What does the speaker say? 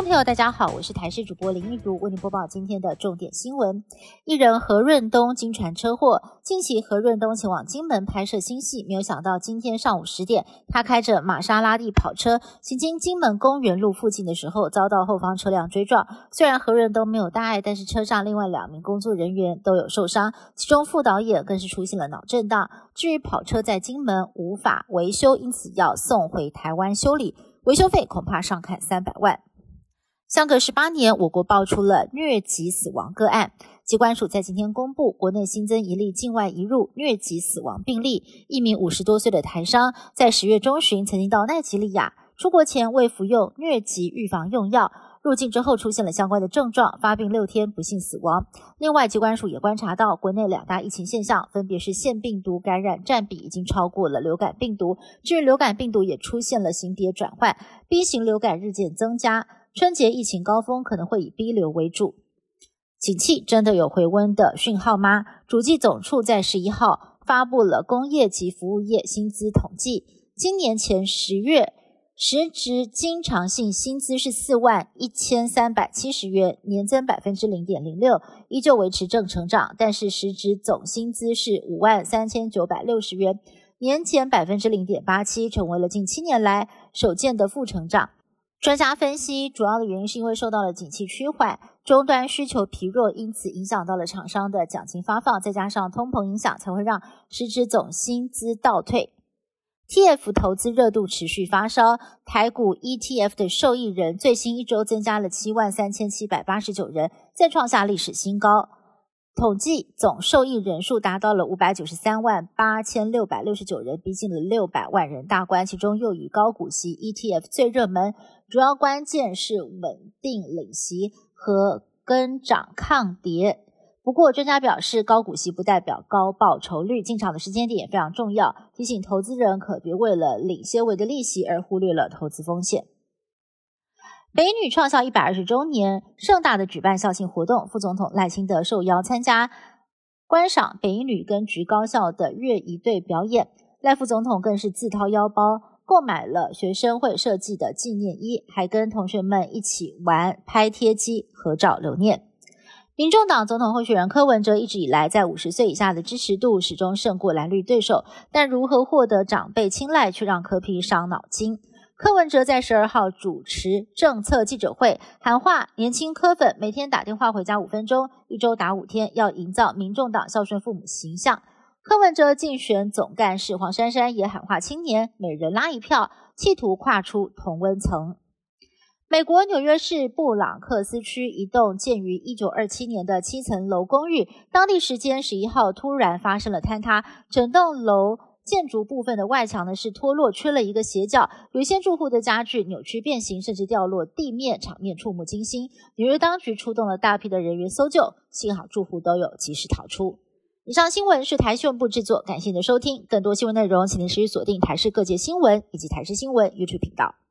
朋友大家好，我是台视主播林玉如，为您播报今天的重点新闻。艺人何润东经传车祸，近期何润东前往金门拍摄新戏，没有想到今天上午10点，他开着玛莎拉蒂跑车行经金门公园路附近的时候，遭到后方车辆追撞。虽然何润东没有大碍，但是车上另外2名工作人员都有受伤，其中副导演更是出现了脑震荡。至于跑车在金门无法维修，因此要送回台湾修理，维修费恐怕上看300万。相隔18年，我国爆出了疟疾死亡个案。疾管署在今天公布，国内新增1例境外移入疟疾死亡病例，一名50多岁的台商，在10月中旬曾经到奈及利亚，出国前未服用疟疾预防用药，入境之后出现了相关的症状，发病6天不幸死亡。另外，疾管署也观察到国内2大疫情现象，分别是腺病毒感染占比已经超过了流感病毒，至于流感病毒也出现了型别转换， B 型流感日渐增加，春节疫情高峰可能会以 B 流为主。景气真的有回温的讯号吗？主计总处在11号发布了工业及服务业薪资统计，今年前10月实质经常性薪资是41370元，年增 0.06%， 依旧维持正成长，但是实质总薪资是53960元，年前 0.87%， 成为了近7年来首见的负成长。专家分析，主要的原因是因为受到了景气趋缓，终端需求疲弱，因此影响到了厂商的奖金发放，再加上通膨影响，才会让实质总薪资倒退。TF 投资热度持续发烧，台股 ETF 的受益人最新一周增加了73789人，再创下历史新高。统计总受益人数达到了5938669人，逼近了600万人大关，其中又以高股息 ETF 最热门，主要关键是稳定领息和跟涨抗跌。不过专家表示，高股息不代表高报酬率，进场的时间点也非常重要，提醒投资人可别为了领些微的利息而忽略了投资风险。北一女创校120周年，盛大的举办校庆活动，副总统赖清德受邀参加观赏北一女跟职高校的乐仪队表演，赖副总统更是自掏腰包购买了学生会设计的纪念衣，还跟同学们一起玩拍贴机合照留念。民众党总统候选人柯文哲一直以来在50岁以下的支持度始终胜过蓝绿对手，但如何获得长辈青睐却让柯 P 伤脑筋。柯文哲在12号主持政策记者会，喊话年轻柯粉每天打电话回家5分钟，一周打5天，要营造民众党孝顺父母形象。柯文哲竞选总干事黄珊珊也喊话青年每人拉一票，企图跨出同温层。美国纽约市布朗克斯区一栋建于1927年的7层楼公寓，当地时间11号突然发生了坍塌，整栋楼建筑部分的外墙呢是脱落，缺了一个斜角，有些住户的家具扭曲变形，甚至掉落地面，场面触目惊心。纽约当局出动了大批的人员搜救，幸好住户都有及时逃出。以上新闻是台新闻部制作，感谢您的收听。更多新闻内容，请您持续锁定台视各界新闻以及台视新闻 YouTube 频道。